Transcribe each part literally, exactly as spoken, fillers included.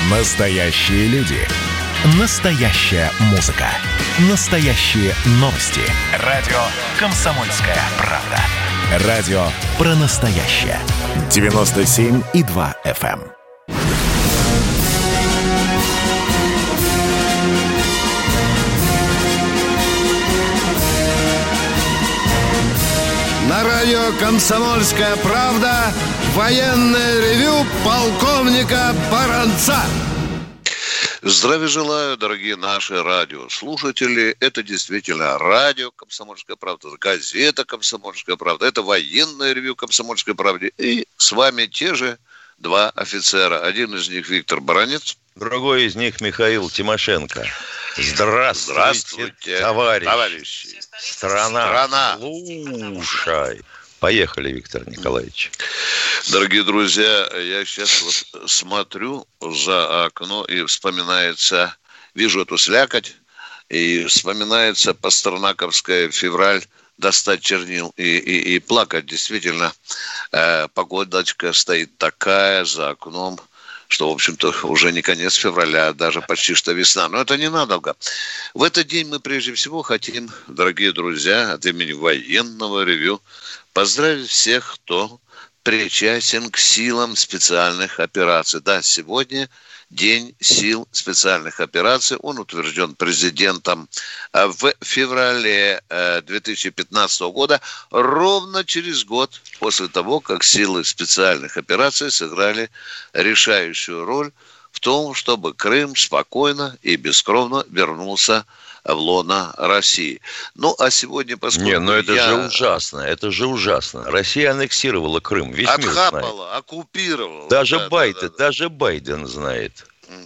Настоящие люди. Настоящая музыка. Настоящие новости. Радио «Комсомольская правда». Радио про настоящее. девяносто семь и два эф эм. На радио «Комсомольская правда» военное ревю полковника Баранца. Здравия желаю, дорогие наши радиослушатели. Это действительно радио «Комсомольская правда», газета «Комсомольская правда». Это военное ревю «Комсомольской правды». И с вами те же два офицера. Один из них Виктор Баранец. Другой из них Михаил Тимошенко. Здравствуйте, Здравствуйте товарищи. товарищи. Страна, Страна. слушай. Поехали, Виктор Николаевич. Дорогие друзья, я сейчас вот смотрю за окно и вспоминается, вижу эту слякоть, и вспоминается пастернаковская «Февраль», достать чернил и, и, и плакать. Действительно, э, погодочка стоит такая за окном, что, в общем-то, уже не конец февраля, а даже почти что весна. Но это ненадолго. В этот день мы прежде всего хотим, дорогие друзья, от имени военного ревю поздравить всех, кто причастен к силам специальных операций. Да, сегодня День сил специальных операций. Он утвержден президентом в феврале две тысячи пятнадцатого года, ровно через год после того, как силы специальных операций сыграли решающую роль в том, чтобы Крым спокойно и бескровно вернулся в лоно России. Ну, а сегодня, поскольку Не, ну это я... же ужасно, это же ужасно. Россия аннексировала Крым, весь мир знает. Отхапала, оккупировала. Даже да, Байден, да, да, да. даже Байден знает.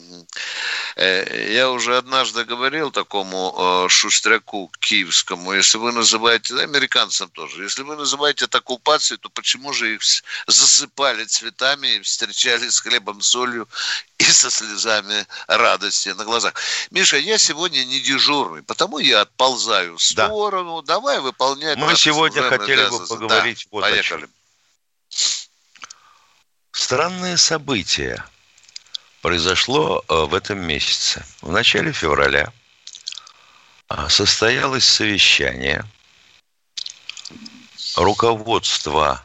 Я уже однажды говорил такому э, шустряку киевскому, если вы называете, да, американцам тоже, если вы называете это оккупацией, то почему же их засыпали цветами и встречали с хлебом, солью и со слезами радости на глазах? Миша, я сегодня не дежурный, потому я отползаю в сторону. Да. Давай выполнять. Мы сегодня хотели бы обязанности. поговорить Да, вот поехали. о чем. Странные события произошло в этом месяце. В начале февраля состоялось совещание руководства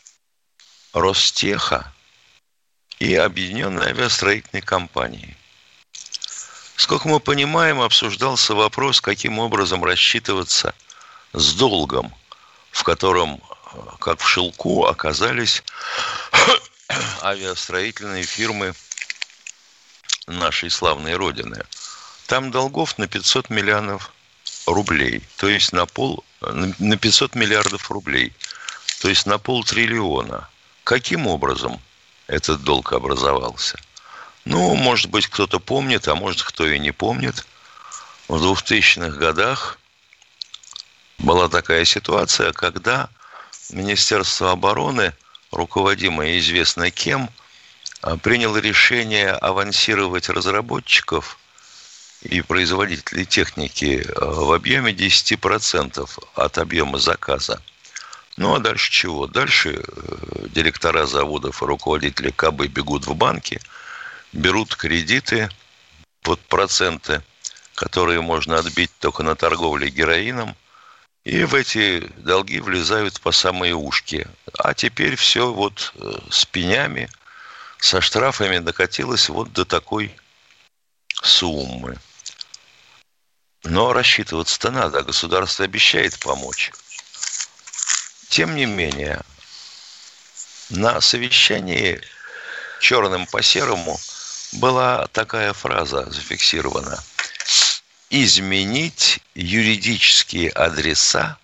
Ростеха и Объединенной авиастроительной компании. Сколько мы понимаем, обсуждался вопрос, каким образом рассчитываться с долгом, в котором, как в шелку, оказались авиастроительные фирмы нашей славной Родины. Там долгов на пятьсот миллионов рублей, то есть на пол, на пятьсот миллиардов рублей, то есть на полтриллиона. Каким образом этот долг образовался? Ну, может быть, кто-то помнит, а может, кто и не помнит. В двухтысячных годах была такая ситуация, когда Министерство обороны, руководимое известно кем, приняло решение авансировать разработчиков и производителей техники в объеме десять процентов от объема заказа. Ну, а дальше чего? Дальше директора заводов и руководители КБ бегут в банки, берут кредиты под проценты, которые можно отбить только на торговле героином, и в эти долги влезают по самые ушки. А теперь все вот с пенями, со штрафами докатилось вот до такой суммы. Но рассчитываться-то надо, государство обещает помочь. Тем не менее, на совещании черным по серому была такая фраза зафиксирована: изменить юридические адреса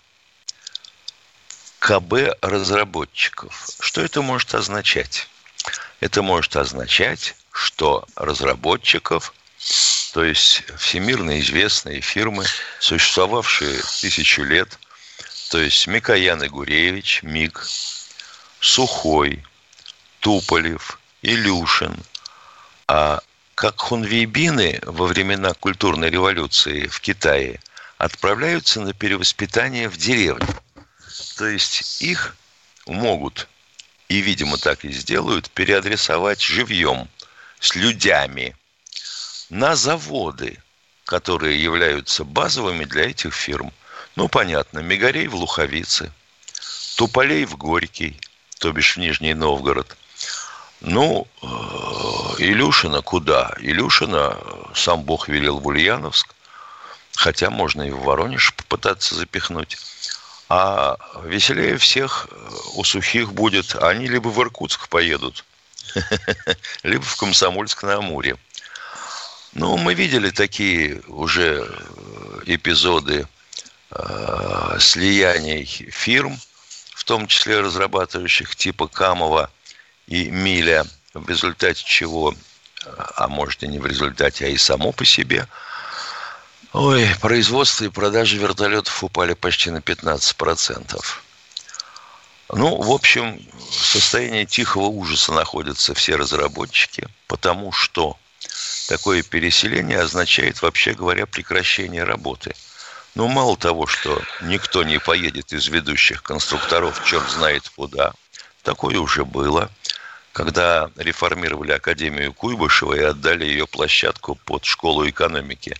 КБ разработчиков. Что это может означать? Это может означать, что разработчиков, то есть всемирно известные фирмы, существовавшие тысячу лет, то есть Микоян и Гуревич, МИГ, Сухой, Туполев, Илюшин, а как хунвейбины во времена культурной революции в Китае отправляются на перевоспитание в деревню. То есть их могут, и, видимо, так и сделают, переадресовать живьем с людьми на заводы, которые являются базовыми для этих фирм. Ну, понятно, Мегарей в Луховице, Туполей в Горький, то бишь в Нижний Новгород. Ну, Илюшина куда? Илюшина сам Бог велел в Ульяновск, хотя можно и в Воронеж попытаться запихнуть. А веселее всех у сухих будет, они либо в Иркутск поедут, либо в Комсомольск-на-Амуре. Ну, мы видели такие уже эпизоды э, слияний фирм, в том числе разрабатывающих типа Камова и Миля, в результате чего, а может и не в результате, а и само по себе, ой, производство и продажи вертолетов упали почти на пятнадцать процентов. Ну, в общем, в состоянии тихого ужаса находятся все разработчики, потому что такое переселение означает, вообще говоря, прекращение работы. Ну, мало того, что никто не поедет из ведущих конструкторов черт знает куда. Такое уже было, когда реформировали Академию Куйбышева и отдали ее площадку под школу экономики.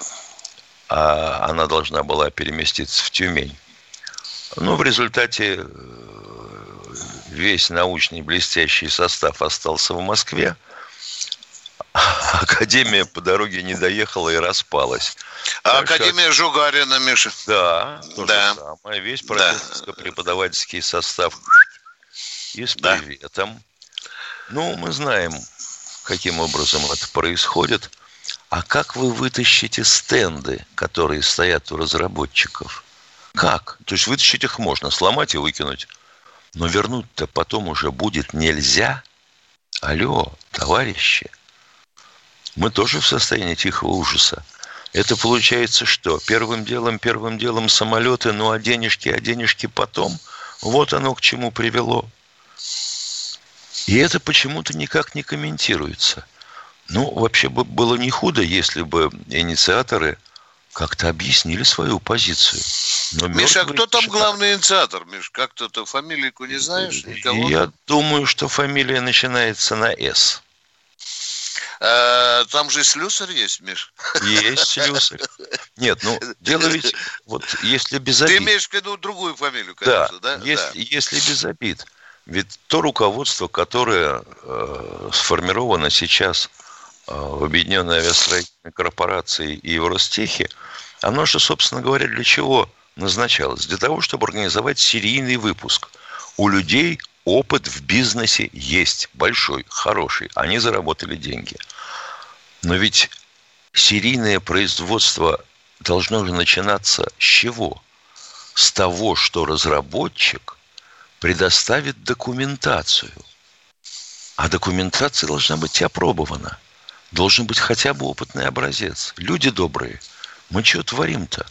А она должна была переместиться в Тюмень. Ну, в результате весь научный блестящий состав остался в Москве. Академия по дороге не доехала и распалась. А так Академия что... Жугарина, Миша. Да, то да. же самое. Весь профессорско-преподавательский состав и с да. приветом. Ну, мы знаем, каким образом это происходит. А как вы вытащите стенды, которые стоят у разработчиков? Как? То есть вытащить их можно, сломать и выкинуть. Но вернуть-то потом уже будет нельзя. Алло, товарищи. Мы тоже в состоянии тихого ужаса. Это получается что? Первым делом, первым делом самолеты, ну а денежки, а денежки потом. Вот оно к чему привело. И это почему-то никак не комментируется. Ну, вообще бы было не худо, если бы инициаторы как-то объяснили свою позицию. Но Миша, а кто там главный инициатор? Миш, как ты эту фамилийку не знаешь? Никого? Я думаю, что фамилия начинается на «С». А, там же слюсарь есть, Миш. Есть слюсарь. Нет, ну, дело ведь, вот, если без обид... Ты имеешь в виду другую фамилию, конечно, да? Да, если, да. если без обид. Ведь то руководство, которое э, сформировано сейчас э, в Объединенной авиастроительной корпорации и в Ростехе, оно же, собственно говоря, для чего назначалось? Для того, чтобы организовать серийный выпуск. У людей опыт в бизнесе есть большой, хороший. Они заработали деньги. Но ведь серийное производство должно же начинаться с чего? С того, что разработчик предоставит документацию. А документация должна быть опробована. Должен быть хотя бы опытный образец. Люди добрые, мы что творим-то?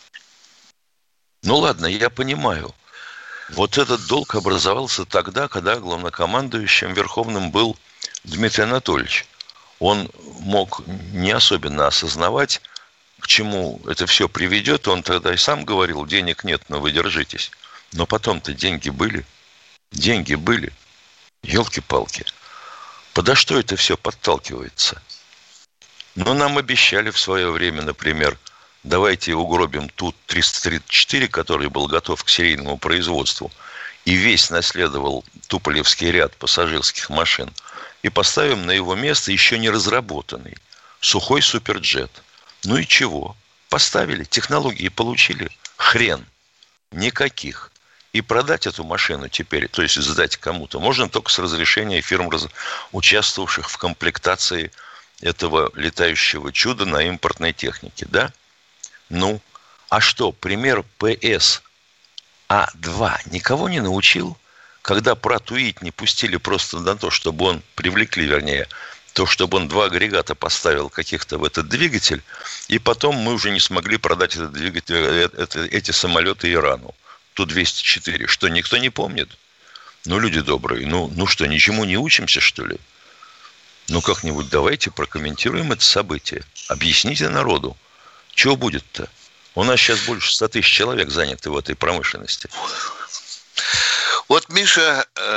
Ну ладно, я понимаю. Вот этот долг образовался тогда, когда главнокомандующим Верховным был Дмитрий Анатольевич. Он мог не особенно осознавать, к чему это все приведет. Он тогда и сам говорил, денег нет, но вы держитесь. Но потом-то деньги были. Деньги были. Елки-палки. Подо что это все подталкивается? Ну, нам обещали в свое время, например, давайте угробим Ту триста тридцать четыре, который был готов к серийному производству, и весь наследовал туполевский ряд пассажирских машин, и поставим на его место еще не разработанный сухой суперджет. Ну и чего? Поставили, технологии получили. Хрен. Никаких. И продать эту машину теперь, то есть сдать кому-то, можно только с разрешения фирм, участвовавших в комплектации этого летающего чуда на импортной технике, да? Ну, а что, пример ПС А два никого не научил? Когда Pratt и Whitney пустили просто на то, чтобы он, привлекли, вернее, то, чтобы он два агрегата поставил каких-то в этот двигатель, и потом мы уже не смогли продать этот двигатель, это, эти самолеты Ирану. Ту двести четыре. Что, никто не помнит? Ну, люди добрые, ну, ну что, ничему не учимся, что ли? Ну, как-нибудь давайте прокомментируем это событие. Объясните народу, что будет-то? У нас сейчас больше ста тысяч человек заняты в этой промышленности. Вот, Миша,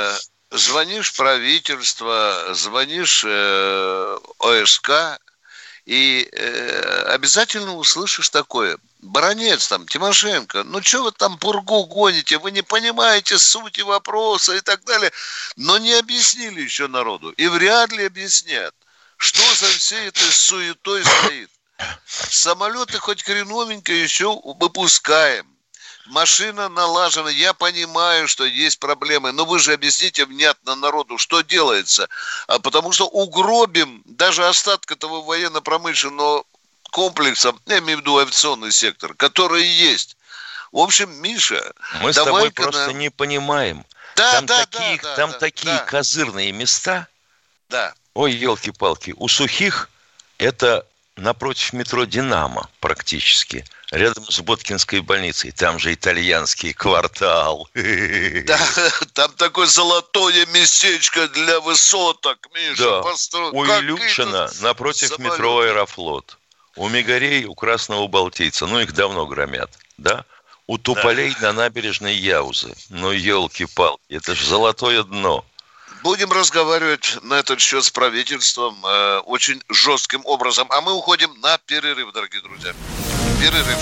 звонишь в правительство, звонишь э, ОСК, и э, обязательно услышишь такое. Баронец там, Тимошенко, ну что вы там пургу гоните, вы не понимаете сути вопроса и так далее. Но не объяснили еще народу. И вряд ли объяснят, что за всей этой суетой стоит. Самолеты хоть хреновенько еще выпускаем. Машина налажена, я понимаю, что есть проблемы, но вы же объясните внятно народу, что делается. А потому что угробим даже остатка того военно-промышленного комплекса, я имею в виду авиационный сектор, который есть. В общем, Миша, мы с тобой просто на... не понимаем. Да, там да, такие, да, там да, такие да. козырные места. Да. Ой, елки-палки. У Сухих это напротив метро «Динамо» практически. Рядом с Боткинской больницей. Там же итальянский квартал. Да, там такое золотое местечко для высоток, Миша. Да. Постро... У как Илюшина напротив самолет. Метро «Аэрофлот». У Мегарей, у Красного Балтийца. Ну, их давно громят. Да? У Туполей да. на набережной Яузы. Ну, елки-палки. Это же золотое дно. Будем разговаривать на этот счет с правительством э, очень жестким образом. А мы уходим на перерыв, дорогие друзья. Перерыв.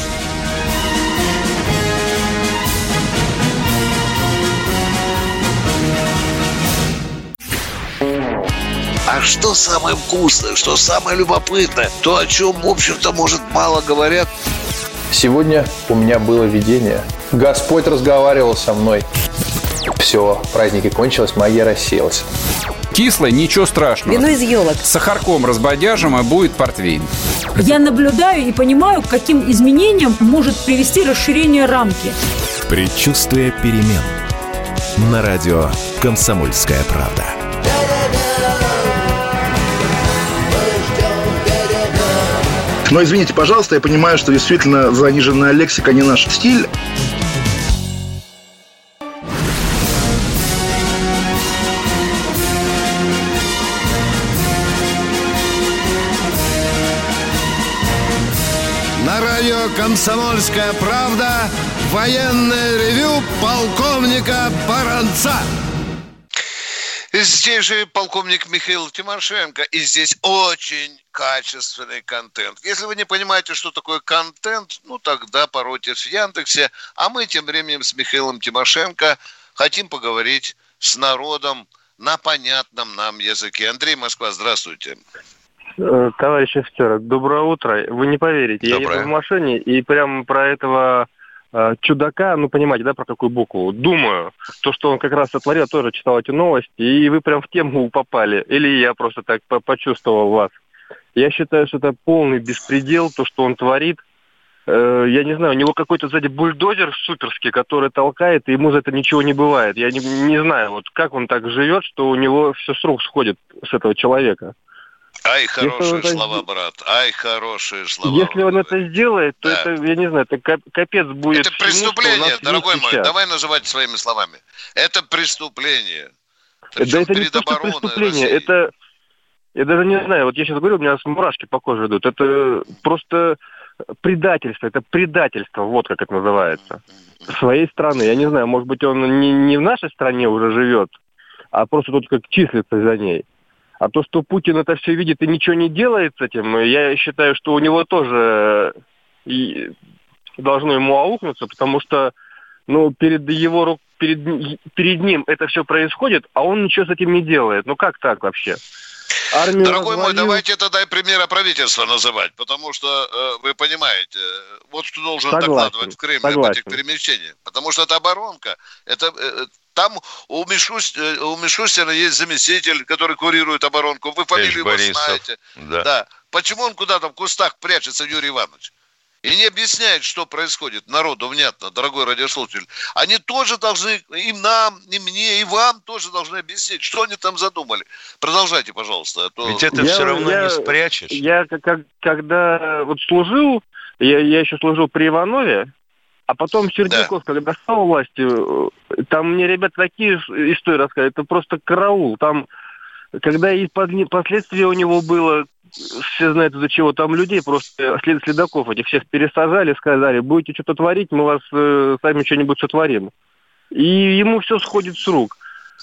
А что самое вкусное, что самое любопытное, то, о чем, в общем-то, может, мало говорят? Сегодня у меня было видение. Господь разговаривал со мной. Все, праздники кончились, магия рассеялась. Кислое, ничего страшного. Вино из елок. С сахарком разбодяжим, и будет портвейн. Я наблюдаю и понимаю, к каким изменениям может привести расширение рамки. Предчувствие перемен. На радио «Комсомольская правда». Но извините, пожалуйста, я понимаю, что действительно заниженная лексика не наш стиль. На радио «Комсомольская правда» военное ревю полковника Баранца. Здесь же полковник Михаил Тимошенко, и здесь очень качественный контент. Если вы не понимаете, что такое контент, ну тогда поройтесь в Яндексе. А мы тем временем с Михаилом Тимошенко хотим поговорить с народом на понятном нам языке. Андрей, Москва, здравствуйте. Товарищ офицер, доброе утро. Вы не поверите, доброе. Я еду в машине и прямо про этого э, чудака, ну понимаете, да, про какую букву, думаю, то, что он как раз сотворил, тоже читал эти новости, и вы прям в тему попали. Или я просто так почувствовал вас. Я считаю, что это полный беспредел, то, что он творит. Э, я не знаю, у него какой-то сзади бульдозер суперский, который толкает, и ему за это ничего не бывает. Я не, не знаю, вот как он так живет, что у него все с рук сходит с этого человека. Ай, хорошие это... слова, брат. Ай, хорошие слова. Если он это сделает, то да. это, я не знаю, это капец будет. Это преступление, всему, дорогой мой. Сейчас. Давай называть своими словами. Это преступление. Причем да это не то, что преступление. России. Это, я даже не знаю, вот я сейчас говорю, у меня мурашки по коже идут. Это просто предательство. Это предательство, вот как это называется. Своей страны. Я не знаю, может быть, он не, не в нашей стране уже живет, а просто тут как числится за ней. А то, что Путин это все видит и ничего не делает с этим, я считаю, что у него тоже и должно ему аукнуться, потому что ну, перед его перед, перед ним это все происходит, а он ничего с этим не делает. Ну как так вообще? Армию Дорогой развалил... мой, давайте тогда и примера правительства называть, потому что, э, вы понимаете, вот кто должен согласен, докладывать в Кремль согласен. об этих перемещениях. Потому что это оборонка. Это, э, там у, Мишусь, э, у Мишустина есть заместитель, который курирует оборонку. Вы фамилию его знаете. Да. Да. Почему он куда-то в кустах прячется, Юрий Иванович? И не объясняет, что происходит народу внятно, дорогой радиослушатель. Они тоже должны, и нам, и мне, и вам тоже должны объяснить, что они там задумали. Продолжайте, пожалуйста. А то... Ведь это я, все равно я, не спрячешь. Я, как, когда вот служил, я, я еще служил при Иванове, а потом Сердюков, да. когда стал властью, там мне ребята такие истории рассказывают, это просто караул. Там, когда и последствия у него было, все знают из-за чего, там людей просто, след, следаков этих всех пересажали, сказали, будете что-то творить, мы вас э, сами что-нибудь сотворим. И ему все сходит с рук.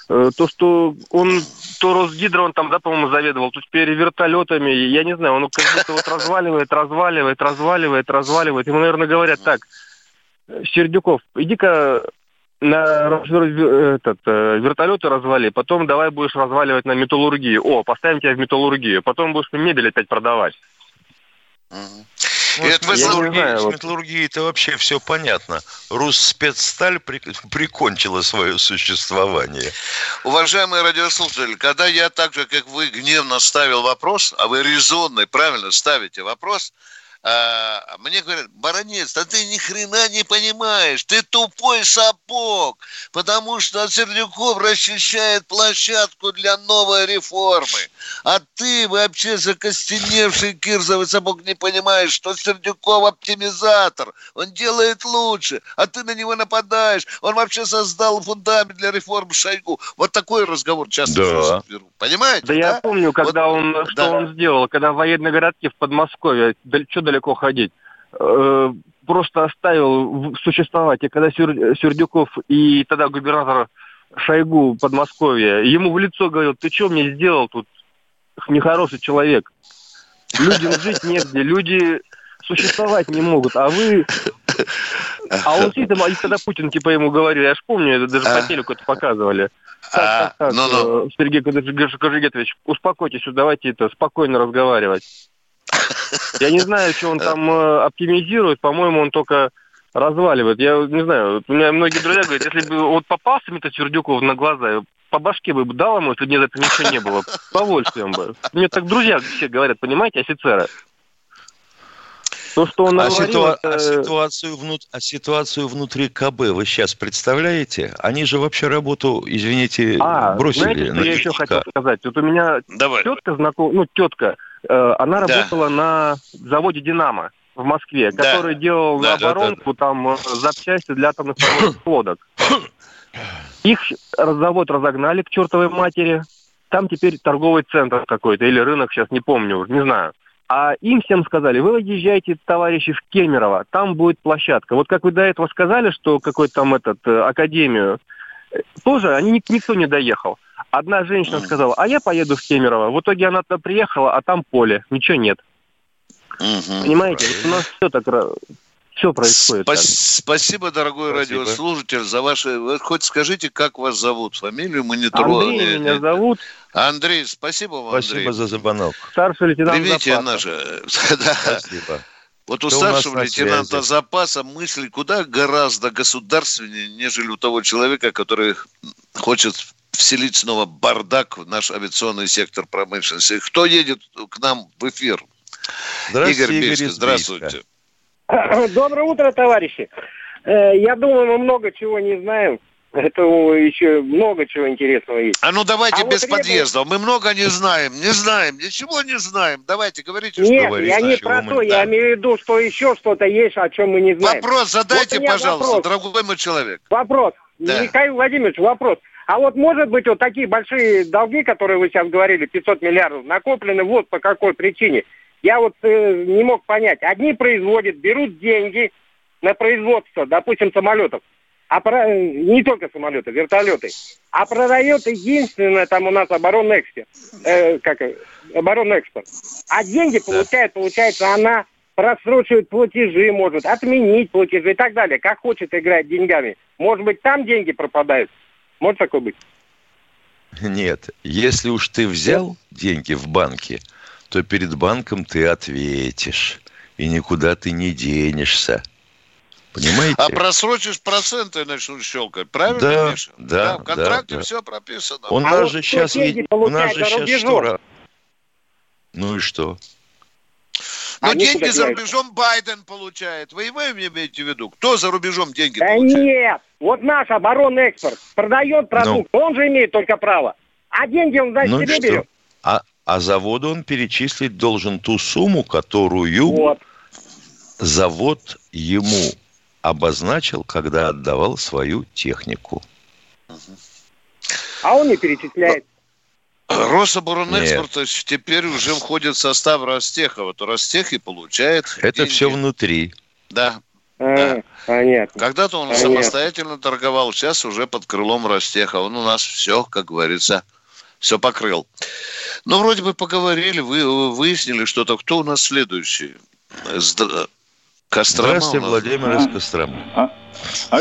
То, что он, то Росгидро, он там, да, по-моему, заведовал, то теперь вертолетами, я не знаю, он как будто вот разваливает, разваливает, разваливает, разваливает. Ему, наверное, говорят, так, Сердюков, иди-ка на этот, вертолеты развали, потом давай будешь разваливать на металлургию. О, поставим тебя в металлургию, потом будешь мебель опять продавать. Угу. Ну, с металлургией, с металлургией-то вообще все понятно. Русспецсталь при, прикончила свое существование. Уважаемые радиослушатели, когда я так же, как вы, гневно ставил вопрос, а вы резонно и правильно ставите вопрос, а, мне говорят, Баранец, да ты ни хрена не понимаешь, ты тупой сапог, потому что Сердюков расчищает площадку для новой реформы, а ты вообще закостеневший кирзовый сапог не понимаешь, что Сердюков оптимизатор, он делает лучше, а ты на него нападаешь, он вообще создал фундамент для реформ Шойгу. Вот такой разговор часто да. беру, понимаете? Да, да я помню, когда вот, он, что да. он сделал, когда в военной городке в Подмосковье, что далеко ходить, э, просто оставил существовать. И когда Сердюков и тогда губернатор Шойгу Подмосковья ему в лицо говорил, ты что мне сделал тут, нехороший человек. Людям жить негде, люди существовать не могут, а вы... А он сидит, и тогда Путин типа ему говорил, я ж помню, это даже по телеку это показывали. Так, так, так, Сергей Кожегетович, успокойтесь, давайте это спокойно разговаривать. Я не знаю, что он там э, оптимизирует, по-моему, он только разваливает. Я не знаю, у меня многие друзья говорят, если бы вот попался мне-то Сердюков на глаза, по башке бы дал ему, если бы это ничего не было, с удовольствием бы. Мне так друзья все говорят, понимаете, офицеры. То, что он а, наговорил, ситуа- это... а, ситуацию внут... а ситуацию внутри КБ вы сейчас представляете? Они же вообще работу, извините, а, бросили. Знаете, что я еще хотел сказать? Вот у меня Давай. тетка знакомая, ну, тетка, э, она да. работала на заводе «Динамо» в Москве, да. который делал да, оборонку, да, да, да. там, запчасти для атомных лодок. Их завод разогнали к чертовой матери. Там теперь торговый центр какой-то, или рынок, сейчас не помню, не знаю. А им всем сказали, вы езжайте, товарищи, в Кемерово, там будет площадка. Вот как вы до этого сказали, что какой-то там этот, академию, тоже они, никто не доехал. Одна женщина сказала, а я поеду в Кемерово. В итоге она туда приехала, а там поле, ничего нет. Угу. Понимаете, вот у нас все так... Все происходит. Спас- спасибо, дорогой спасибо. радиослушатель, за ваши... Вы хоть скажите, как вас зовут? Фамилию мы не трогали. Андрей меня зовут. Андрей, спасибо вам, Андрей. Спасибо за звонок. Старший лейтенант Привете запаса. Наше... Спасибо. Вот у Кто старшего лейтенанта запаса мысли куда гораздо государственнее, нежели у того человека, который хочет вселить снова бардак в наш авиационный сектор промышленности. Кто едет к нам в эфир? Здравствуйте, Игорь Бийский. Здравствуйте. Доброе утро, товарищи. Я думаю, мы много чего не знаем. Это еще много чего интересного есть. А ну давайте а без вот подъездов. Мы много не знаем. Не знаем. Ничего не знаем. Давайте, говорите, Нет, что говорите. Нет, я не про то. Я имею в виду, что еще что-то есть, о чем мы не знаем. Вопрос задайте, вот пожалуйста, вопрос. дорогой мой человек. Вопрос. Да. Михаил Владимирович, вопрос. А вот может быть вот такие большие долги, которые вы сейчас говорили, пятьсот миллиардов, накоплены вот по какой причине? Я вот э, не мог понять. Одни производят, берут деньги на производство, допустим, самолетов. А про... не только самолеты, вертолеты. А продает единственное там у нас оборонный экспорт. Э, как оборонный экспорт. А деньги получает, получается, она просрочивает платежи, может отменить платежи и так далее. Как хочет играть деньгами. Может быть, там деньги пропадают? Может такое быть? Нет. Если уж ты взял деньги в банке, то перед банком ты ответишь. И никуда ты не денешься. Понимаете? А просрочишь, проценты начнут щелкать. Правильно, да, Миша? Да, да. В контракте да, все прописано. У а нас вот же сейчас... Е... У нас же сейчас что? Ну и что? Но Они деньги за являются. рубежом Байден получает. Вы его имеете в виду? Кто за рубежом деньги да получает? Нет. Вот наш оборонный экспорт продает продукт. Ну. Он же имеет только право. А деньги он, значит, ну себе берет. А, а заводу он перечислить должен ту сумму, которую вот. завод ему обозначил, когда отдавал свою технику. А он не перечисляет. Рособоронэкспорт теперь уже входит в состав Ростеха. Вот Ростех и получает Это деньги. все внутри. Да. А, Да. Понятно. Когда-то он Понятно. самостоятельно торговал, сейчас уже под крылом Ростеха. Он у нас все, как говорится, все покрыл. Ну, вроде бы поговорили, вы выяснили что-то. Кто у нас следующий? Здра... Кострома. Здравствуйте, Владимир из Костромы. А, аль...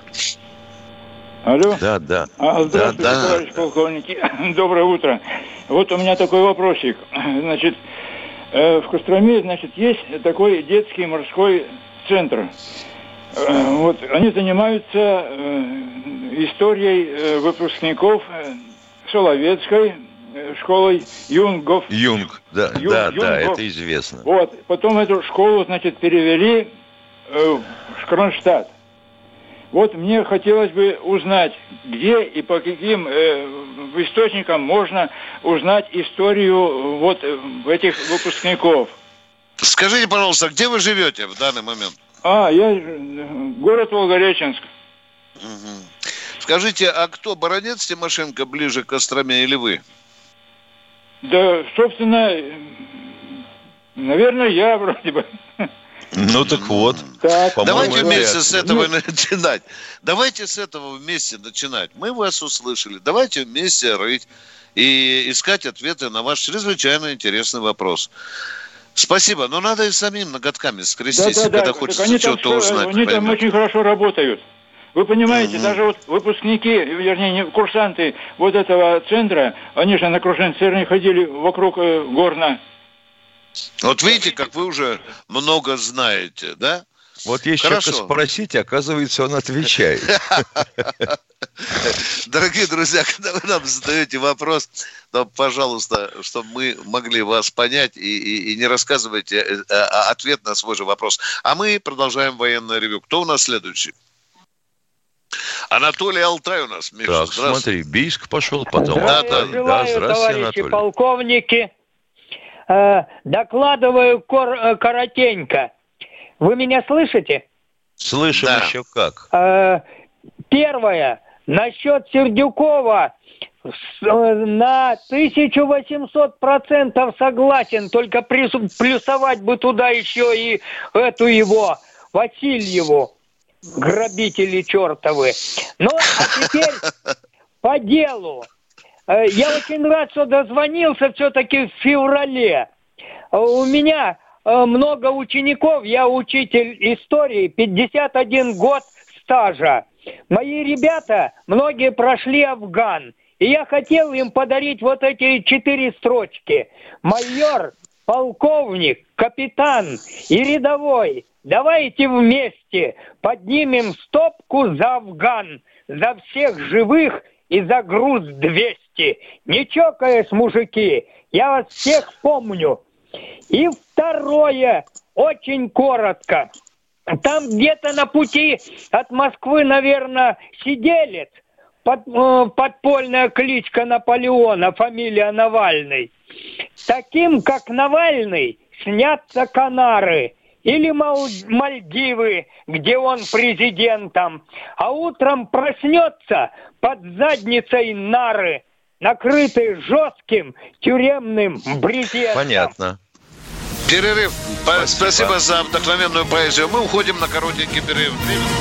Алло? Да, да. А, здравствуйте, Да, да. товарищ полковники. Доброе утро. Вот у меня такой вопросик. Значит, э, в Костроме, значит, есть такой детский морской центр. Э, вот они занимаются э, историей э, выпускников э, Соловецкой э, школой Юнгов. Юнг, да, Ю- да, Юнгов. да, это известно. Вот, потом эту школу, значит, перевели э, в Кронштадт. Вот мне хотелось бы узнать, где и по каким э, источникам можно узнать историю вот э, этих выпускников. Скажите, пожалуйста, где вы живете в данный момент? А, я э, город Волгореченск. Угу. Скажите, а кто, Баранец Тимошенко ближе к Костроме или вы? Да, собственно, э, наверное, я вроде бы. Ну так вот. Так, Давайте это вместе я. с этого начинать. Давайте с этого вместе начинать. Мы вас услышали. Давайте вместе рыть и искать ответы на ваш чрезвычайно интересный вопрос. Спасибо, но надо и самим ноготками скрестись, да, да, когда да. хочется Они что-то там, узнать. Они там поймете. очень хорошо работают. Вы понимаете, Мгм. даже вот выпускники, вернее, не курсанты вот этого центра, они же на окружном центре ходили вокруг э, Горна. Вот видите, как вы уже много знаете, да? Вот есть Хорошо. человека спросить, оказывается, он отвечает. Дорогие друзья, когда вы нам задаете вопрос, то, пожалуйста, чтобы мы могли вас понять и, и, и не рассказывайте э, э, ответ на свой же вопрос. А мы продолжаем военное ревью. Кто у нас следующий? Анатолий Алтай у нас, Миша. Так, Здравствуй. смотри, Бийск пошел, потом. Да, Алтай. да. Да, здравствуйте, товарищи Анатолий. полковники. Э, докладываю кор- э, коротенько. Вы меня слышите? Слышим Да. еще как. Э, первое. Насчет Сердюкова с- э, на тысяча восемьсот процентов согласен. Только прису- плюсовать бы туда еще и эту его, Васильеву. Грабители чертовы. Ну, а теперь по делу. Э, Я очень рад, что дозвонился все-таки в феврале. Э, У меня э, много учеников, я учитель истории, пятьдесят один год стажа. Мои ребята, многие прошли Афган. И я хотел им подарить вот эти четыре строчки. Майор, полковник, капитан и рядовой. Давайте вместе поднимем стопку за Афган, за всех живых и за груз двести. Не чокаясь, мужики, я вас всех помню. И второе, очень коротко. Там где-то на пути от Москвы, наверное, Сиделец, под, э, подпольная кличка Наполеона, фамилия Навальный. Таким, как Навальный, снятся Канары или Мал- Мальдивы, где он президентом, а утром проснется под задницей нары, накрытый жестким тюремным брезентом. Понятно. Перерыв. Спасибо. Спасибо. Спасибо за вдохновенную поэзию. Мы уходим на коротенький перерыв.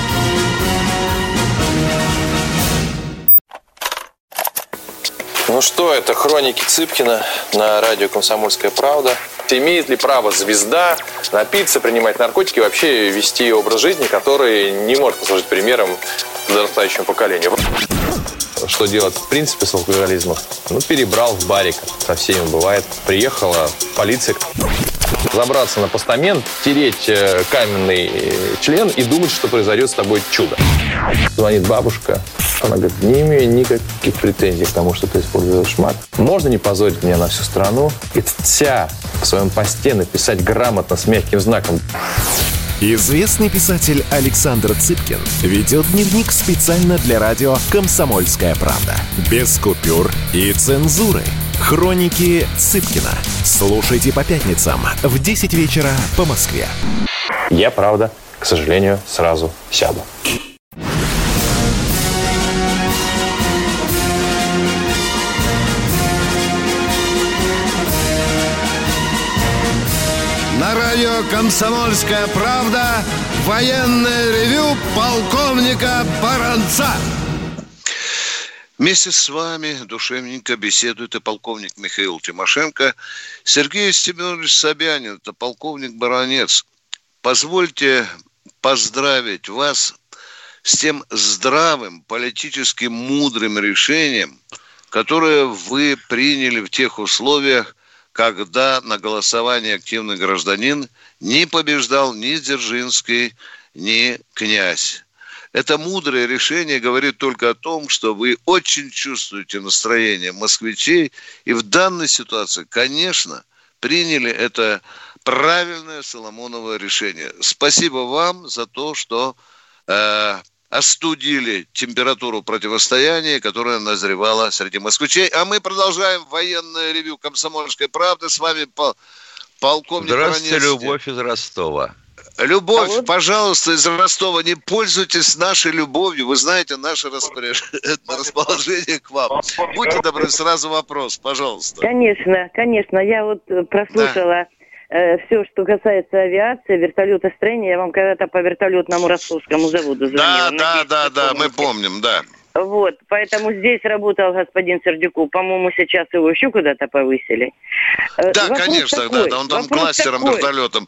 Ну что, это хроники Цыпкина на радио «Комсомольская правда». Имеет ли право звезда напиться, принимать наркотики и вообще вести образ жизни, который не может послужить примером подрастающему поколению? Что делать в принципе с алкоголизмом? Ну, перебрал в барик. Со всеми бывает. Приехала полиция. Забраться на постамент, тереть каменный член и думать, что произойдет с тобой чудо. Звонит бабушка. Она говорит, не имею никаких претензий к тому, что ты используешь мат. Можно не позорить меня на всю страну и вся в своем посте написать грамотно с мягким знаком. Известный писатель Александр Цыпкин ведет дневник специально для радио «Комсомольская правда». Без купюр и цензуры. Хроники Цыпкина. Слушайте по пятницам в десять вечера по Москве. Я, правда, к сожалению, сразу сяду. На радио «Комсомольская правда» военное ревю полковника Баранца. Вместе с вами душевненько беседует и полковник Михаил Тимошенко. Сергей Семенович Собянин, это полковник Баранец. Позвольте поздравить вас с тем здравым, политически мудрым решением, которое вы приняли в тех условиях, когда на голосовании активный гражданин не побеждал ни Дзержинский, ни князь. Это мудрое решение говорит только о том, что вы очень чувствуете настроение москвичей, и в данной ситуации, конечно, приняли это правильное Соломоново решение. Спасибо вам за то, что э, остудили температуру противостояния, которая назревала среди москвичей. А мы продолжаем военное ревью «Комсомольской правды». С вами пол, полковник Здравствуйте, Баранец. Любовь из Ростова. Любовь, а вот... пожалуйста, из Ростова, не пользуйтесь нашей любовью. Вы знаете наше расположение к вам. Будьте добры, сразу вопрос, пожалуйста. Конечно, конечно. Я вот прослушала да. э, все, что касается авиации, вертолетостроения. Я вам когда-то по вертолетному ростовскому заводу звонила. Да, да, да, да, мы помним, да. Вот, поэтому здесь работал господин Сердюков. По-моему, сейчас его еще куда-то повысили. Да, вопрос конечно, такой, да, да, он там кластером, такой. вертолетом.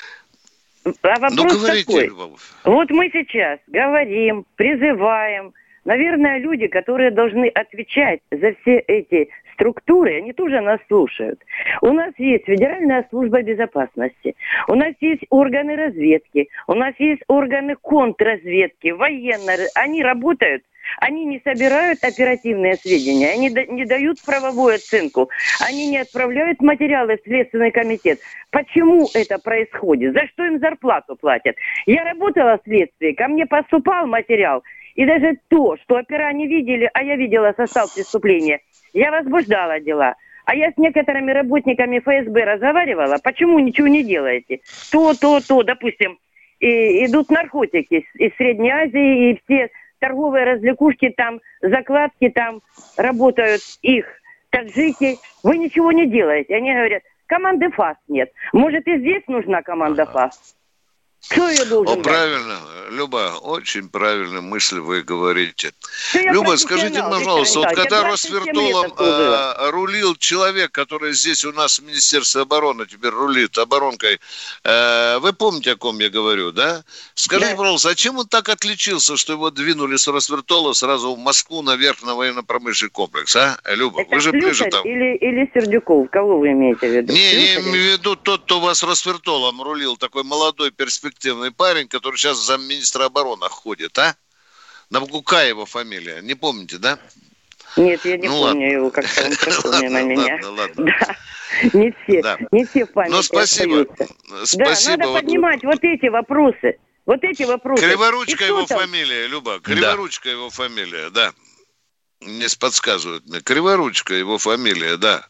А вопрос ну, говорите, такой. Любовь. Вот мы сейчас говорим, призываем. Наверное, люди, которые должны отвечать за все эти структуры, они тоже нас слушают. У нас есть Федеральная служба безопасности, у нас есть органы разведки, у нас есть органы контрразведки, военные. Они работают, они не собирают оперативные сведения, они не дают правовую оценку, они не отправляют материалы в Следственный комитет. Почему это происходит? За что им зарплату платят? Я работала в следствии, ко мне поступал материал, и даже то, что опера не видели, а я видела состав преступления, я возбуждала дела. А я с некоторыми работниками эф эс бэ разговаривала, почему ничего не делаете? То, то, то, допустим, и идут наркотики из Средней Азии, и все торговые развлекушки там, закладки там, работают их таджики. Вы ничего не делаете. Они говорят, команды ФАС нет. Может, и здесь нужна команда ФАС? Кто ее должен О, правильно, Люба, очень правильную мысль вы говорите. Люба, скажите, пожалуйста, вот когда Росвертолом э, рулил человек, который здесь у нас в Министерстве обороны теперь рулит оборонкой, э, вы помните, о ком я говорю, да? Скажите, да. пожалуйста, зачем он так отличился, что его двинули с Росвертола сразу в Москву наверх на военно-промышленный комплекс, а? Люба, это вы же ближе там. Или, или Сердюков, кого вы имеете в виду? Не, я имею в виду тот, кто у вас Росвертолом рулил, такой молодой перспективный парень, который сейчас замминистра обороны ходит, а? Набукаева его фамилия, не помните, да? Нет, я не ну, помню ладно. его, как-то он прошел мимо меня. Ладно, ладно. Да, не все, да. не все в памяти. Ну, спасибо. спасибо. Да, надо вот. поднимать вот эти вопросы. Вот эти вопросы. Криворучка его там? фамилия, Люба. Криворучка да. его фамилия, да. Мне подсказывают мне. Криворучка его фамилия, да.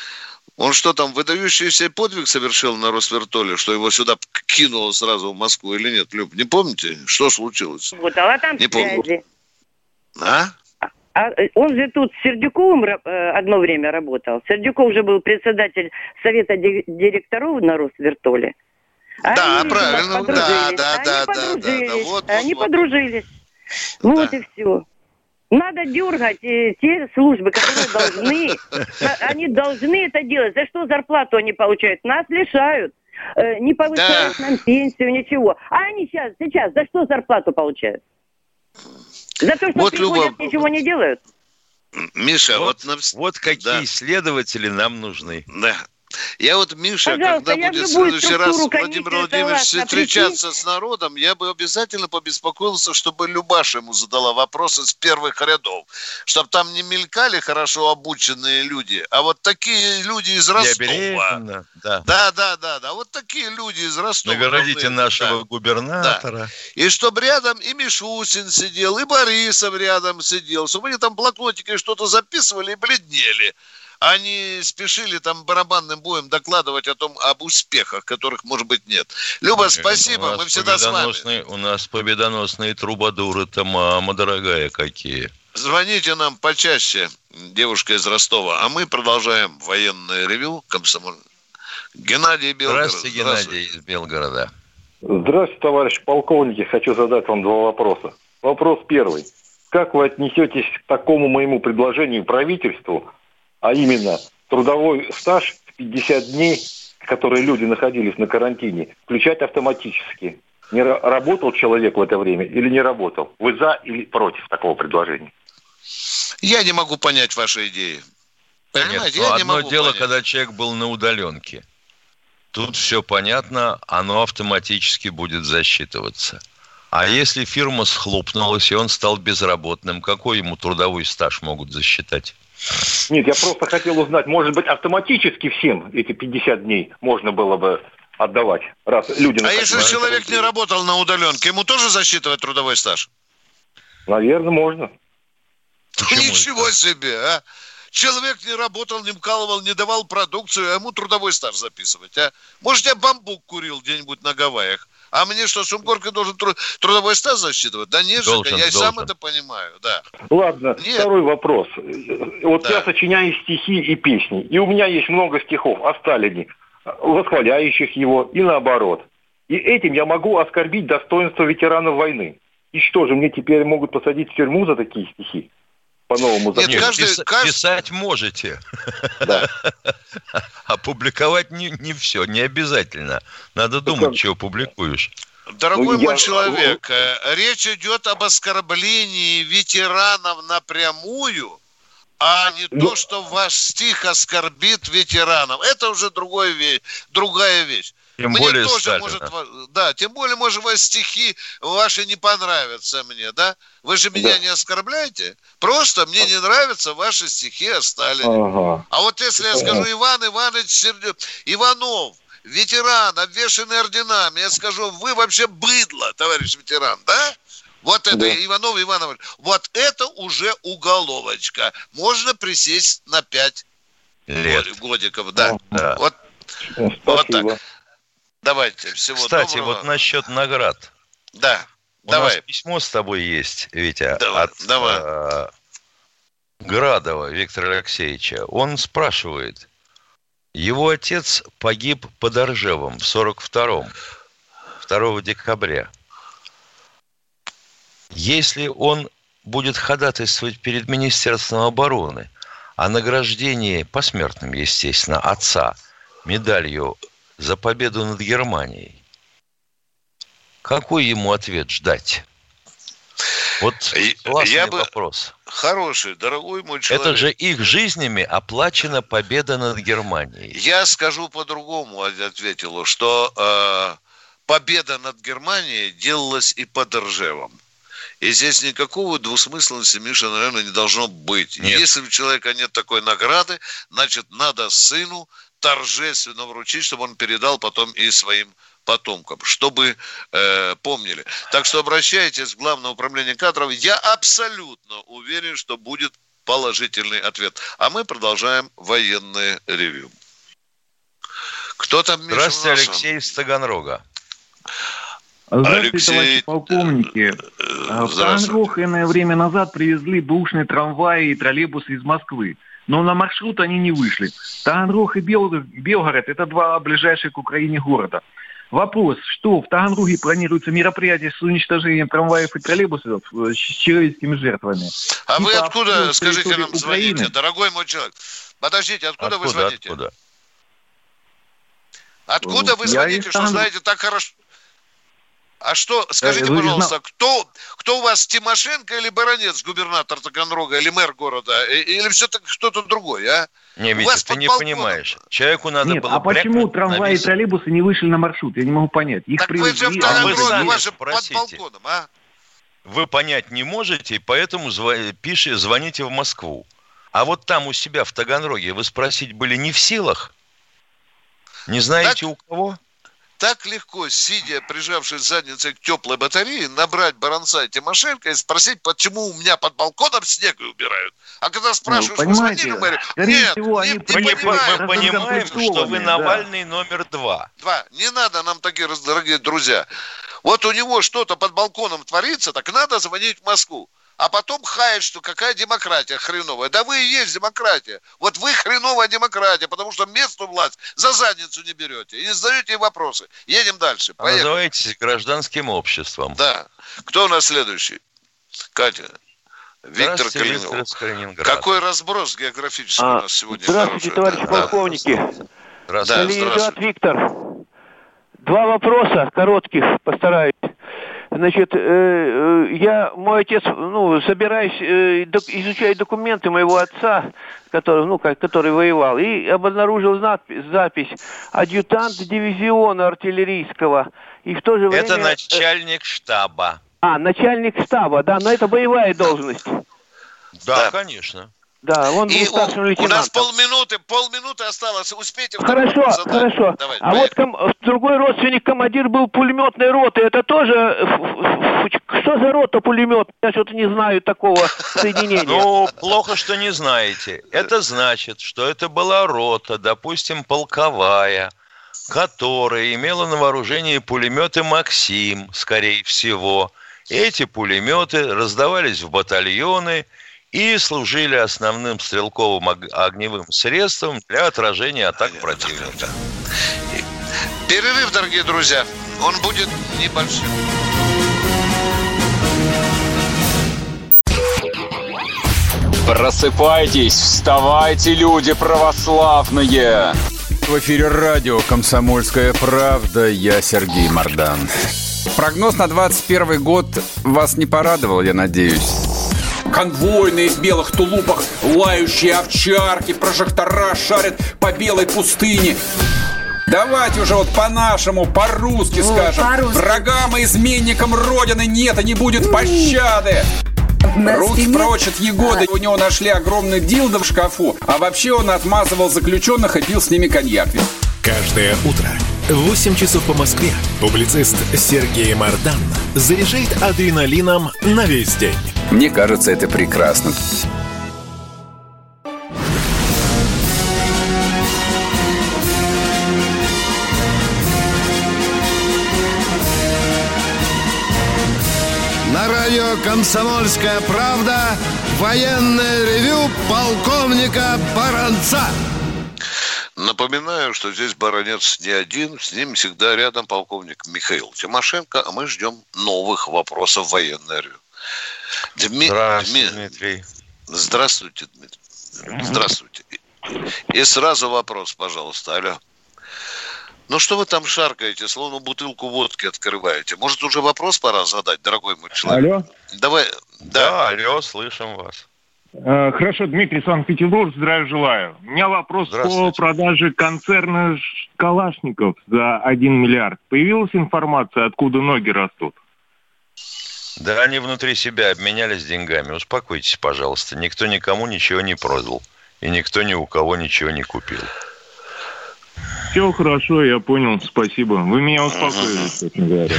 Он что там, выдающийся подвиг совершил на Росвертоле, что его сюда кинуло сразу в Москву или нет, Люб? Не помните, что случилось? Вот, а там не помню. А? а? Он же тут с Сердюковым одно время работал. Сердюков уже был председатель совета директоров на Росвертоле. А да, они правильно, да, да, они да, подружились. да, да, вот, они вот, подружились. Да. Вот и все. Надо дергать э, те службы, которые должны, они должны это делать. За что зарплату они получают? Нас лишают, э, не повышают да. нам пенсию, ничего. А они сейчас, сейчас за что зарплату получают? За то, что вот приходят, Люба... ничего не делают? Миша, вот, вот, вот какие да. исследователи нам нужны. Да. Я вот, Миша, Пожалуйста, когда будет в следующий раз Владимир Владимирович встречаться с народом, я бы обязательно побеспокоился, чтобы Любаша ему задала вопросы с первых рядов. Чтобы там не мелькали хорошо обученные люди, а вот такие люди из Ростова. Да. да, да, да, да. Вот такие люди из Ростова. Наградите нашего да. губернатора. Да. И чтобы рядом и Мишустин сидел, и Борисов рядом сидел, чтобы они там блокнотики что-то записывали и бледнели. Они спешили там барабанным боем докладывать о том, об успехах, которых, может быть, нет. Люба, спасибо, мы всегда с вами. У нас победоносные трубадуры-то, мама дорогая, какие. Звоните нам почаще, девушка из Ростова, а мы продолжаем военное ревю. Комсомоль. Геннадий Белгород. Здравствуйте, Геннадий из Белгорода. Здравствуйте, товарищ полковники. Хочу задать вам два вопроса. Вопрос первый. Как вы отнесетесь к такому моему предложению правительству, а именно трудовой стаж в пятьдесят дней, которые люди находились на карантине, включать автоматически? Не работал человек в это время или не работал? Вы за или против такого предложения? Я не могу понять ваши идеи. Понимаете, Нет, я не одно могу дело, понять. когда человек был на удаленке. Тут все понятно, оно автоматически будет засчитываться. А если фирма схлопнулась, и он стал безработным, какой ему трудовой стаж могут засчитать? Нет, я просто хотел узнать, может быть, автоматически всем эти пятьдесят дней можно было бы отдавать, раз люди... А если человек не работал на удаленке, ему тоже засчитывать трудовой стаж? Наверное, можно. Ничего себе, а! Человек не работал, не вкалывал, не давал продукцию, а ему трудовой стаж записывать, а? Может, я бамбук курил где-нибудь на Гавайях, а мне что, Сунгоркин должен тру- трудовой стаж засчитывать? Да нет же, я и сам это понимаю, да. Ладно, нет. Второй вопрос. Вот да. Я сочиняю стихи и песни, и у меня есть много стихов о Сталине, восхваляющих его, и наоборот. И этим я могу оскорбить достоинство ветеранов войны. И что же, мне теперь могут посадить в тюрьму за такие стихи? По новому закону. Нет, каждый, пис- каждый... Писать можете. Да. А публиковать не, не все, не обязательно. Надо думать, чего публикуешь. Дорогой ну, мой я... человек, речь идет об оскорблении ветеранов напрямую, а не ну... то, что ваш стих оскорбит ветеранов. Это уже другой ве... другая вещь. Тем мне более тоже Сталина. может, да, тем более, может, ваши стихи ваши не понравятся мне, да? Вы же меня да. не оскорбляете? Просто мне не нравятся ваши стихи о Сталине. Ага. А вот если я скажу Иван Иванович Сердюк, Иванов, ветеран, обвешанный орденами, я скажу, вы вообще быдло, товарищ ветеран, да? Вот это да. Иванов Иванович. Вот это уже уголовочка. Можно присесть на пять лет. годиков, да. да. Вот, вот так. Давайте, всего Кстати, доброго. вот насчет наград. Да, У давай. нас письмо с тобой есть, Витя, давай, от давай. Э, Градова Виктора Алексеевича. Он спрашивает, его отец погиб под Оржевом в сорок втором, второго декабря. Если он будет ходатайствовать перед Министерством обороны о награждении посмертным, естественно, отца медалью за победу над Германией, какой ему ответ ждать? Вот классный Я бы... вопрос. Хороший, дорогой мой человек. Это же их жизнями оплачена победа над Германией. Я скажу по-другому, ответил, что э, победа над Германией делалась и под Ржевом. И здесь никакого двусмысленности, Миша, наверное, не должно быть. Нет. Если у человека нет такой награды, значит, надо сыну торжественно вручить, чтобы он передал потом и своим потомкам, чтобы э, помнили. Так что обращайтесь в Главное управление кадров. Я абсолютно уверен, что будет положительный ответ. А мы продолжаем военное ревью. Кто там, Миша? Здравствуйте, Алексей из Таганрога. Здравствуйте, Алексей... товарищи полковники. В Таганрог иное время назад привезли бэушные трамваи и троллейбусы из Москвы. Но на маршрут они не вышли. Таганрог и Белгород – это два ближайших к Украине города. Вопрос, что в Таганроге планируется мероприятие с уничтожением трамваев и троллейбусов с человеческими жертвами. А и вы откуда, скажите нам, Украины... звоните, дорогой мой человек? Подождите, откуда, откуда вы звоните? Откуда? Откуда вы звоните, что знаете так хорошо? А что, скажите, Вы пожалуйста, зна... кто, кто у вас, Тимошенко или Баранец, губернатор Таганрога, или мэр города, или все-таки кто-то другой, а? Не, Витя, ты не понимаешь. Человеку надо Нет, было... а почему трамваи и троллейбусы не вышли на маршрут? Я не могу понять. Их так привезли, вы же в Таганроге, а ваши под балконом, а? Вы понять не можете, и поэтому зв... пишите, звоните в Москву. А вот там у себя в Таганроге вы спросить были не в силах? Не знаете так... у кого? Так легко, сидя, прижавшись задницей к теплой батарее, набрать Баранца и Тимошенко и спросить, почему у меня под балконом снег убирают. А когда спрашиваешь, ну, вы звонили, мэрию? Нет, всего, не, они не понимаем. Мы понимаем, что вы Навальный да. номер два. Два. Не надо нам такие, дорогие друзья. Вот у него что-то под балконом творится, так надо звонить в Москву. а потом хает, что какая демократия хреновая. Да вы и есть демократия. Вот вы хреновая демократия, потому что местную власть за задницу не берете и не задаете ей вопросы. Едем дальше. Поехали. Называетесь гражданским обществом. Да. Кто у нас следующий? Катя. Виктор Калининград. Какой разброс географический а, у нас сегодня? Здравствуйте, хороший, товарищи да. полковники. Здравствуйте. Калининград, Виктор. Два вопроса коротких постараюсь. Значит, я, мой отец, ну, собираюсь, изучать документы моего отца, который, ну, который воевал, и обнаружил запись, запись адъютант дивизиона артиллерийского. И в то же время... Это начальник штаба. А, начальник штаба, да, но это боевая должность. Да, да. конечно. Да, он и был старшим у, лейтенантом. У нас полминуты, полминуты осталось. Успейте. Хорошо, хорошо. Давай, а вот ком, другой родственник, командир был пулеметной роты. Это тоже... Что за рота пулемет? Я что-то не знаю такого соединения. Ну, плохо, что не знаете. Это значит, что это была рота, допустим, полковая, которая имела на вооружении пулеметы «Максим», скорее всего. Эти пулеметы раздавались в батальоны и служили основным стрелковым огневым средством для отражения атак противника. Перерыв, дорогие друзья. Он будет небольшим. Просыпайтесь, вставайте, люди православные! В эфире радио «Комсомольская правда». Я Сергей Мордан. Прогноз на двадцать первый год вас не порадовал, я надеюсь. Конвойные в белых тулупах, лающие овчарки, прожектора шарят по белой пустыне. Давайте уже вот по-нашему, по-русски вот, скажем. По-русски. Врагам и изменникам Родины нет и не будет пощады. Руки прочь от Егоды. У него нашли огромный дилдо в шкафу. А вообще он отмазывал заключенных и пил с ними коньяк. Каждое утро в восемь часов по Москве публицист Сергей Мордан заряжает адреналином на весь день. Мне кажется, это прекрасно. На радио «Комсомольская правда» военное ревю полковника Баранца. Напоминаю, что здесь баронец не один, с ним всегда рядом полковник Михаил Тимошенко, а мы ждем новых вопросов в военное ревю. Дми... Здравствуйте, Дмитрий. Здравствуйте, Дмитрий. Здравствуйте. И сразу вопрос, пожалуйста. Алло. Ну что вы там шаркаете, словно бутылку водки открываете? Может, уже вопрос пора задать, дорогой мой человек? Алло. Давай. Да, да алло, слышим вас. Хорошо, Дмитрий, Санкт-Петербург, здравия желаю. У меня вопрос по продаже концерна Калашников за один миллиард. Появилась информация, откуда ноги растут? Да они внутри себя обменялись деньгами. Успокойтесь, пожалуйста. Никто никому ничего не продал. И никто ни у кого ничего не купил. Все хорошо, я понял, спасибо. Вы меня успокоили, честно говоря.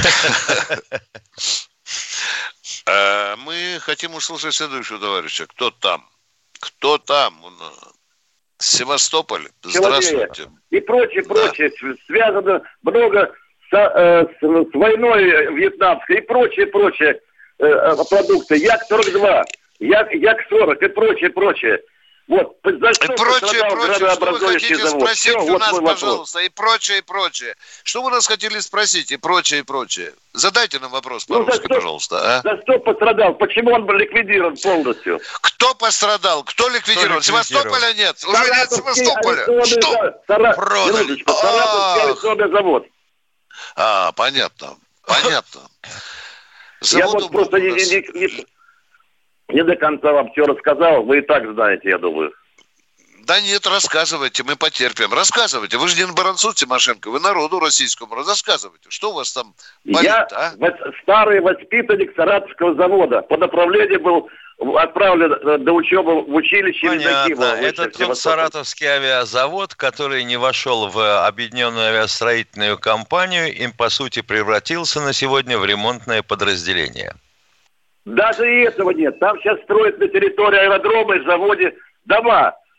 Мы хотим услышать следующего товарища. Кто там? Кто там? Севастополь. Здравствуйте. И прочее, прочее. Да. Связано много с, э, с, с войной вьетнамской и прочее, прочее э, продукты. Як сорок два, Як, Як сорок и прочее, прочее. Вот, за что и прочее, прочее, что вы хотите завод? Спросить Все, у вот нас, пожалуйста, вопрос. И прочее, и прочее. Что вы нас хотели спросить, и прочее, и прочее? Задайте нам вопрос по-русски, ну, пожалуйста. А? За что пострадал? Почему он был ликвидирован полностью? Кто пострадал? Кто ликвидирован? Кто Севастополя нет. Уже нет Севастополя. Что? Сара... Продали. Саратовский авиационный завод. А, понятно. Понятно. Я вот просто не... не... Не до конца вам все рассказал, вы и так знаете, я думаю. Да нет, рассказывайте, мы потерпим. Рассказывайте, вы же не на Баранцу, Тимошенко, вы народу российскому рассказывайте. Что у вас там болит, я а? старый воспитанник Саратовского завода. По направлению был отправлен до учебы в училище. Понятно, это тот Саратовский авиазавод, который не вошел в объединенную авиастроительную компанию и, по сути, превратился на сегодня в ремонтное подразделение. Даже и этого нет. Там сейчас строят на территории аэродрома и заводе дома.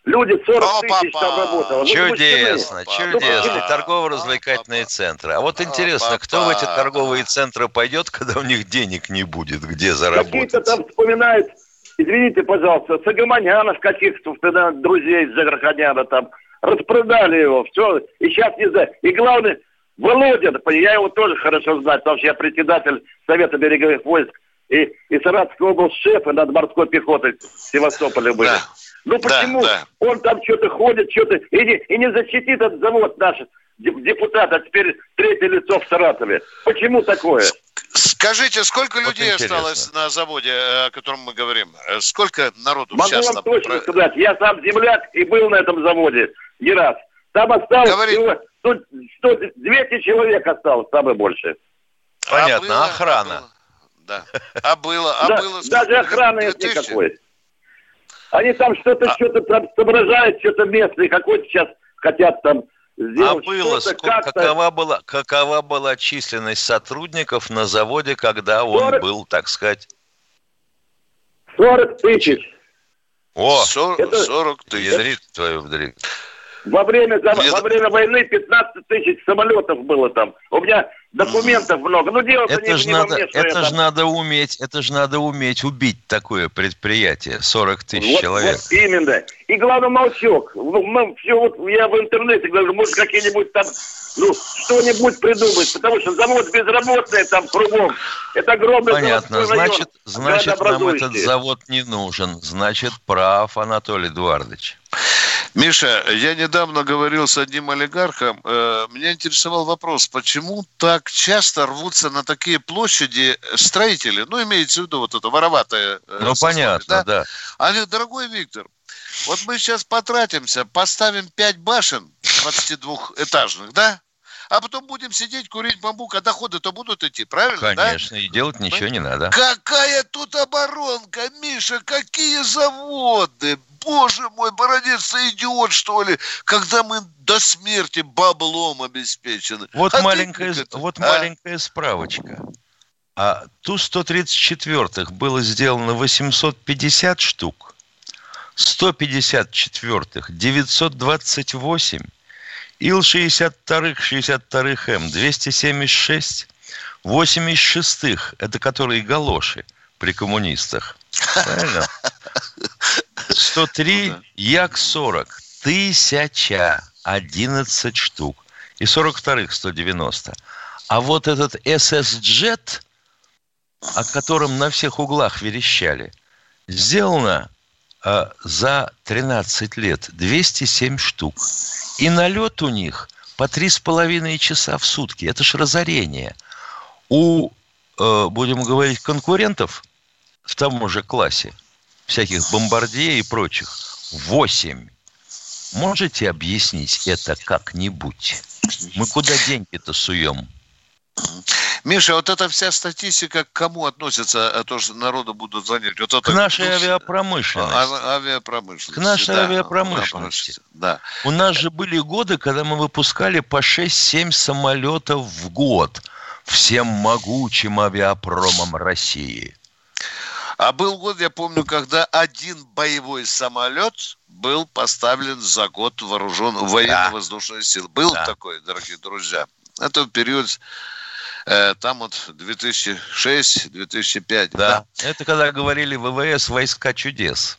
Люди сорок тысяч там работало. Чудесно, чудесно. Торгово-развлекательные центры. А вот интересно, кто в эти торговые центры пойдет, когда у них денег не будет, где заработать? Какие-то там вспоминают, извините, пожалуйста, Сагаманянов каких-то тогда друзей из Заграханяна там распродали его, все. И сейчас не знаю. И главное, Володя, я его тоже хорошо знаю, потому что я председатель Совета береговых войск и, и Саратовской области шефа над морской пехотой в Севастополе были. Да. Ну почему да, да. он там что-то ходит, что-то и не, и не защитит этот завод наш депутат, а теперь третье лицо в Саратове? Почему такое? Скажите, сколько вот людей интересно. осталось на заводе, о котором мы говорим? Сколько народу Могу сейчас? Могу вам там... точно сказать. Я сам земляк и был на этом заводе не раз. Там осталось Говорит... всего сто, сто, двести человек осталось, самое больше. Понятно, а было, охрана. А было, да. А было, а да, было... Даже охраны нет никакой. Они там что-то, а... что-то там соображают, что-то местные, какой-то сейчас хотят там сделать. А было, сколько, какова, была, какова была численность сотрудников на заводе, когда он сорок был, так сказать? сорок тысяч. О, сорок тысяч. Ядрит твою вдрит. Во время, во время войны пятнадцать тысяч самолетов было там. У меня документов много. Ну, дело это не, ж не надо, во мне, это же там... надо уметь, это же надо уметь убить такое предприятие. сорок тысяч вот, человек. Вот именно. И главное, молчок. Мы, все, вот, я в интернете говорю, может, какие-нибудь там, ну, что-нибудь придумать. Потому что завод безработный там кругом. Это огромный Понятно. Значит, район, значит нам этот завод не нужен. Значит, прав Анатолий Эдуардович. Миша, я недавно говорил с одним олигархом, э, меня интересовал вопрос, почему так часто рвутся на такие площади строители, ну, имеется в виду вот это вороватое э, Ну, сословие, понятно, да? да. Они говорят, дорогой Виктор, вот мы сейчас потратимся, поставим пять башен двадцатидвухэтажных, да? А потом будем сидеть, курить бамбук, а доходы-то будут идти, правильно? Конечно, да? И делать ничего не надо. Какая тут оборонка, Миша, какие заводы! Боже мой, Бородец, ты идиот, что ли? Когда мы до смерти баблом обеспечены. Вот, а маленькая, ты, вот а? маленькая справочка. А Ту сто тридцать четвёртых было сделано восемьсот пятьдесят штук, сто пятьдесят четвёртых девятьсот двадцать восемь, Ил шестьдесят вторых, шестьдесят вторых М двести семьдесят шесть, восемьдесят шестых, это которые галоши при коммунистах. Правильно? сто три, ну, да. Як сорок, тысяча одиннадцать штук. И сорок вторых сто девяносто. А вот этот эс эс-джет, о котором на всех углах верещали, сделано э, за тринадцать лет двести семь штук. И налет у них по три с половиной часа в сутки. Это ж разорение. У, э, будем говорить, конкурентов в том же классе, всяких бомбардье и прочих, восемь. Можете объяснить это как-нибудь? Мы куда деньги-то суем? Миша, вот эта вся статистика к кому относится, а то, что народу будут звонить? Вот это, к нашей ну, авиапромышленности. А, авиапромышленности. К нашей да, авиапромышленности. Да. У нас же были годы, когда мы выпускали по шесть-семь самолетов в год всем могучим авиапромом России. А был год, я помню, когда один боевой самолет был поставлен за год вооружен военно-воздушных сил. Был да. такой, дорогие друзья. Это период, э, там вот две тысячи шестый - две тысячи пятый. Да. да, это когда говорили ВВС «Войска чудес».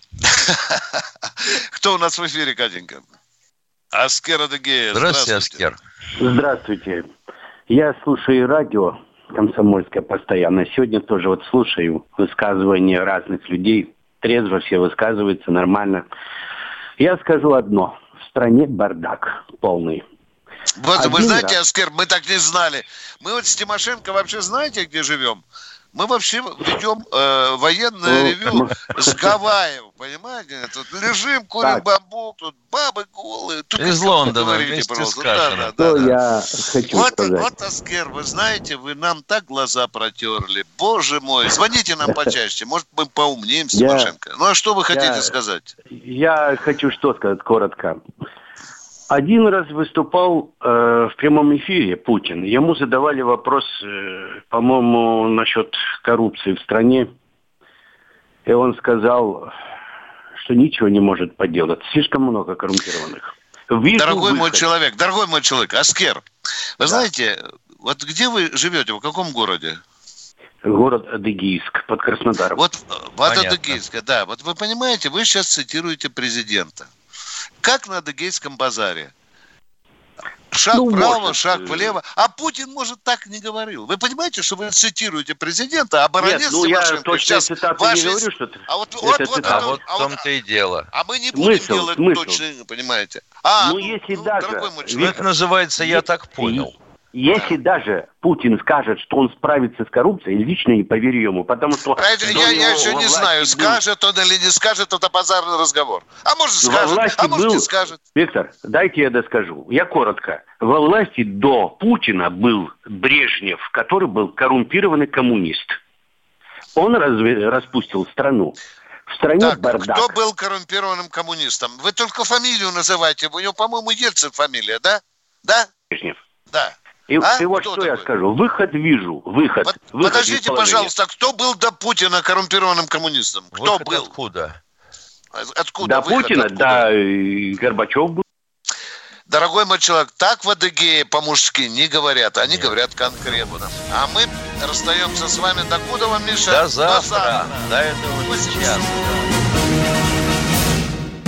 Кто у нас в эфире, Катенька? Аскер Адыгея. Здравствуйте, Аскер. Здравствуйте. Я слушаю радио «Комсомольское» постоянно. Сегодня тоже вот слушаю высказывания разных людей. Трезво все высказываются, нормально. Я скажу одно. В стране бардак полный. Вот Один вы знаете, раз... Аскер, мы так не знали. Мы вот с Тимошенко вообще знаете, где живем? Мы вообще ведем э, военное ревью с Гавайев, понимаете? Тут лежим, курим так. бамбук, тут бабы голые. Тут из Лондона вместе с Кашиным. Да, да, да, да. Я хочу вот, сказать. Вот, Аскер, вы знаете, вы нам так глаза протерли. Боже мой, звоните нам почаще, может, мы поумнеем с Тимошенко. Я, ну, а что вы хотите я, сказать? Я хочу что сказать коротко. Один раз выступал э, в прямом эфире Путин. Ему задавали вопрос, э, по-моему, насчет коррупции в стране. И он сказал, что ничего не может поделать. Слишком много коррумпированных. Вижу дорогой выход. мой человек, дорогой мой человек, Аскер, вы да. знаете, вот где вы живете, в каком городе? Город Адыгейск, под Краснодаром. Вот под Адыгейск, да. Вот вы понимаете, вы сейчас цитируете президента. Как на Адыгейском базаре. Шаг ну, вправо, может. шаг влево. А Путин, может, так не говорил. Вы понимаете, что вы цитируете президента, а баронец Нет, ну я точно цитаты ваши... не говорю, что это... А вот, вот, вот, а вот в том-то и дело. А мы не будем смысл, делать смысл. точно, понимаете. А, ну, ну, если ну, даже... Это называется «я так понял». Если да. даже Путин скажет, что он справится с коррупцией, лично не поверю ему, потому что... Я, я еще не знаю, был... скажет он или не скажет, это базарный разговор. А может скажет, а может был... не скажет. Виктор, дайте я доскажу. Я коротко. Во власти до Путина был Брежнев, который был коррумпированный коммунист. Он разве... распустил страну. В стране так, бардак. Кто был коррумпированным коммунистом? Вы только фамилию называете. У него, по-моему, Ельцин фамилия, да? Да? Брежнев. Да. И, а? и вот кто что такой? Я скажу. Выход вижу. Выход. Под, выход подождите, пожалуйста, кто был до Путина коррумпированным коммунистом? Кто выход был? Откуда? Откуда? До выход, Путина, откуда? да, Горбачев был. Дорогой мой человек, так в Адыгее по-мужски не говорят. Они Нет. говорят конкретно. А мы расстаемся с вами. Докуда вам, Миша? До завтра. До, До этого часа.